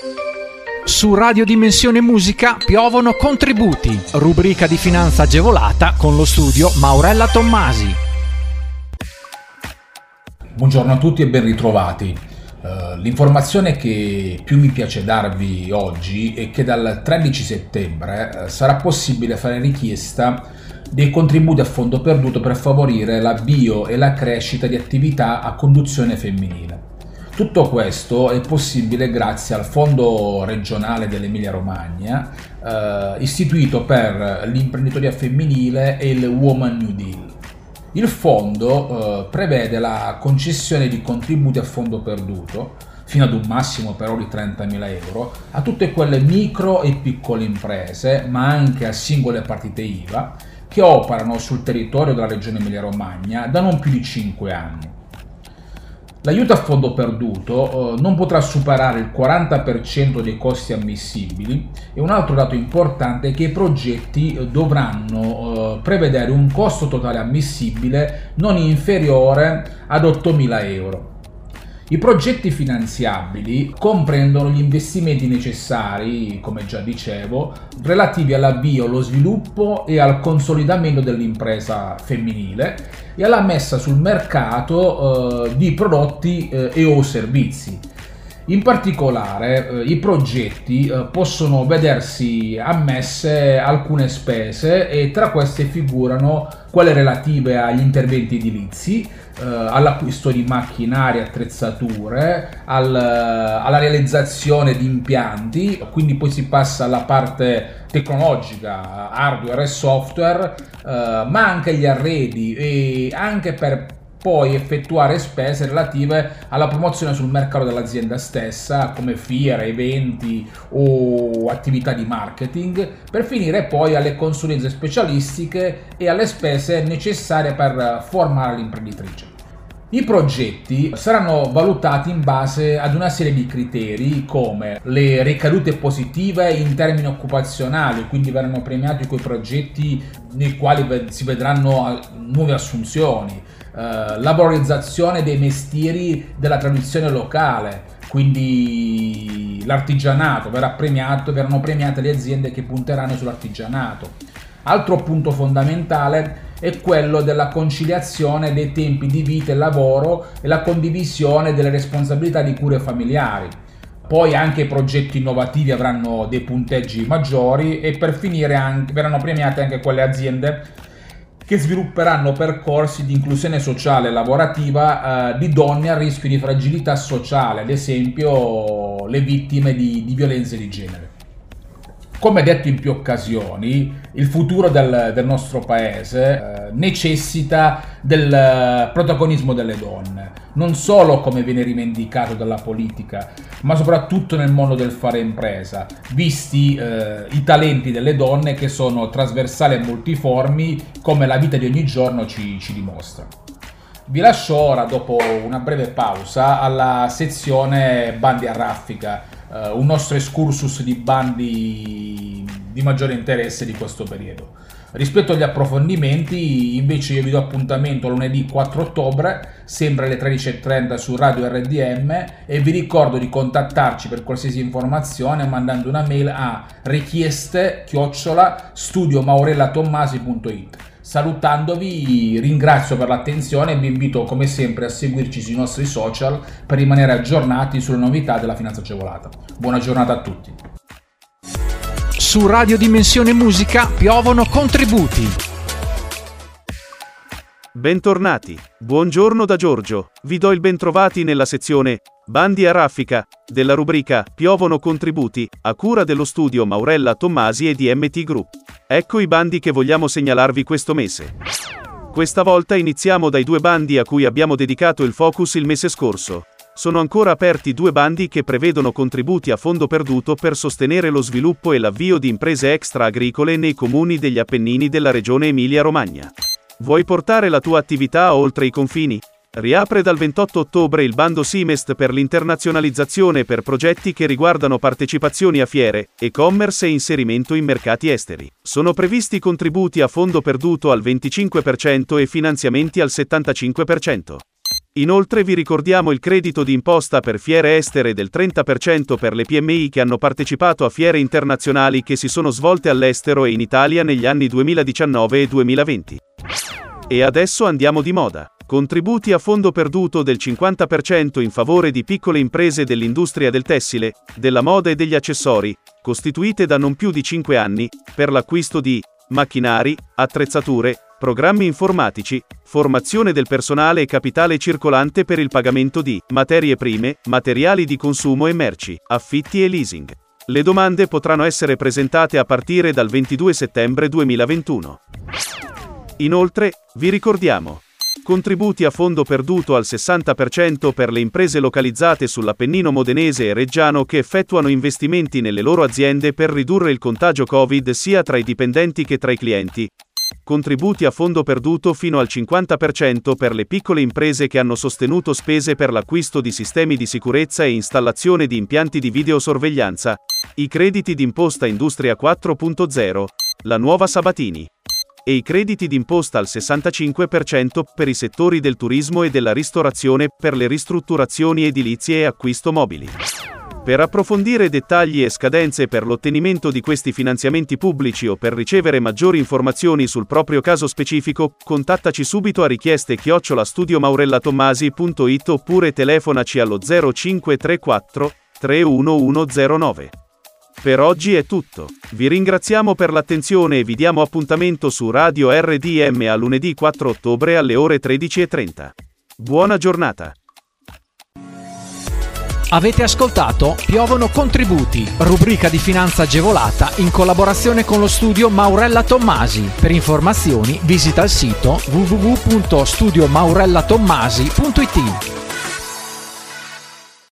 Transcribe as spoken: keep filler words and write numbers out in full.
Su Radio Dimensione Musica piovono contributi, rubrica di finanza agevolata con lo studio Maurella Tommasi. Buongiorno a tutti e ben ritrovati. Uh, l'informazione che più mi piace darvi oggi è che dal tredici settembre uh, sarà possibile fare richiesta dei contributi a fondo perduto per favorire l'avvio e la crescita di attività a conduzione femminile. Tutto questo è possibile grazie al Fondo regionale dell'Emilia Romagna, eh, istituito per l'imprenditoria femminile e il Woman New Deal. Il fondo eh, prevede la concessione di contributi a fondo perduto, fino ad un massimo però di trentamila euro, a tutte quelle micro e piccole imprese, ma anche a singole partite I V A, che operano sul territorio della regione Emilia Romagna da non più di cinque anni. L'aiuto a fondo perduto eh, non potrà superare il quaranta per cento dei costi ammissibili e un altro dato importante è che i progetti eh, dovranno eh, prevedere un costo totale ammissibile non inferiore ad ottomila euro. I progetti finanziabili comprendono gli investimenti necessari, come già dicevo, relativi all'avvio, allo sviluppo e al consolidamento dell'impresa femminile e alla messa sul mercato eh, di prodotti eh, e o servizi. In particolare eh, i progetti eh, possono vedersi ammesse alcune spese e tra queste figurano quelle relative agli interventi edilizi, eh, all'acquisto di macchinari e attrezzature, al, alla realizzazione di impianti, quindi poi si passa alla parte tecnologica, hardware e software, eh, ma anche gli arredi e anche per poi effettuare spese relative alla promozione sul mercato dell'azienda stessa, come fiere, eventi o attività di marketing, per finire poi alle consulenze specialistiche e alle spese necessarie per formare l'imprenditrice. I progetti saranno valutati in base ad una serie di criteri come le ricadute positive in termini occupazionali, quindi verranno premiati quei progetti nei quali si vedranno nuove assunzioni, eh, la valorizzazione dei mestieri della tradizione locale, quindi l'artigianato, verrà premiato, verranno premiate le aziende che punteranno sull'artigianato. Altro punto fondamentale è quello della conciliazione dei tempi di vita e lavoro e la condivisione delle responsabilità di cure familiari. Poi anche i progetti innovativi avranno dei punteggi maggiori e per finire anche, verranno premiate anche quelle aziende che svilupperanno percorsi di inclusione sociale e lavorativa eh, di donne a rischio di fragilità sociale, ad esempio le vittime di, di violenze di genere. Come detto in più occasioni, il futuro del, del nostro paese eh, necessita del protagonismo delle donne, non solo come viene rivendicato dalla politica, ma soprattutto nel mondo del fare impresa, visti eh, i talenti delle donne che sono trasversali e multiformi, come la vita di ogni giorno ci, ci dimostra. Vi lascio ora, dopo una breve pausa, alla sezione bandi a raffica, eh, un nostro excursus di bandi di maggiore interesse di questo periodo. Rispetto agli approfondimenti, invece, io vi do appuntamento lunedì quattro ottobre, sempre alle tredici e trenta su Radio R D M, e vi ricordo di contattarci per qualsiasi informazione mandando una mail a richieste chiocciola studio maurella tommasi punto it. Salutandovi, ringrazio per l'attenzione e vi invito come sempre a seguirci sui nostri social per rimanere aggiornati sulle novità della finanza agevolata. Buona giornata a tutti. Su Radio Dimensione Musica piovono contributi. Bentornati, buongiorno da Giorgio, vi do il bentrovati nella sezione Bandi a raffica della rubrica Piovono contributi, a cura dello studio Maurella Tommasi e di M T Group. Ecco i bandi che vogliamo segnalarvi questo mese. Questa volta iniziamo dai due bandi a cui abbiamo dedicato il focus il mese scorso. Sono ancora aperti due bandi che prevedono contributi a fondo perduto per sostenere lo sviluppo e l'avvio di imprese extra-agricole nei comuni degli Appennini della regione Emilia-Romagna. Vuoi portare la tua attività oltre i confini? Riapre dal ventotto ottobre il bando Simest per l'internazionalizzazione per progetti che riguardano partecipazioni a fiere, e-commerce e inserimento in mercati esteri. Sono previsti contributi a fondo perduto al venticinque per cento e finanziamenti al settantacinque per cento. Inoltre vi ricordiamo il credito di imposta per fiere estere del trenta per cento per le P M I che hanno partecipato a fiere internazionali che si sono svolte all'estero e in Italia negli anni duemiladiciannove e duemilaventi. E adesso andiamo di moda. Contributi a fondo perduto del cinquanta per cento in favore di piccole imprese dell'industria del tessile, della moda e degli accessori, costituite da non più di cinque anni, per l'acquisto di macchinari, attrezzature, programmi informatici, formazione del personale e capitale circolante per il pagamento di materie prime, materiali di consumo e merci, affitti e leasing. Le domande potranno essere presentate a partire dal ventidue settembre duemilaventuno. Inoltre, vi ricordiamo: contributi a fondo perduto al sessanta per cento per le imprese localizzate sull'Appennino modenese e reggiano che effettuano investimenti nelle loro aziende per ridurre il contagio Covid sia tra i dipendenti che tra i clienti. Contributi a fondo perduto fino al cinquanta per cento per le piccole imprese che hanno sostenuto spese per l'acquisto di sistemi di sicurezza e installazione di impianti di videosorveglianza. I crediti d'imposta Industria quattro punto zero, la nuova Sabatini. E i crediti d'imposta al sessantacinque per cento per i settori del turismo e della ristorazione per le ristrutturazioni edilizie e acquisto mobili. Per approfondire dettagli e scadenze per l'ottenimento di questi finanziamenti pubblici o per ricevere maggiori informazioni sul proprio caso specifico, contattaci subito a richieste chiocciola studiomaurellatommasi punto it oppure telefonaci allo zero cinque tre quattro tre uno uno zero nove. Per oggi è tutto. Vi ringraziamo per l'attenzione e vi diamo appuntamento su Radio R D M a lunedì quattro ottobre alle ore tredici e trenta. Buona giornata. Avete ascoltato Piovono contributi, rubrica di finanza agevolata in collaborazione con lo studio Maurella Tommasi. Per informazioni visita il sito w w w punto studio maurella tommasi punto it.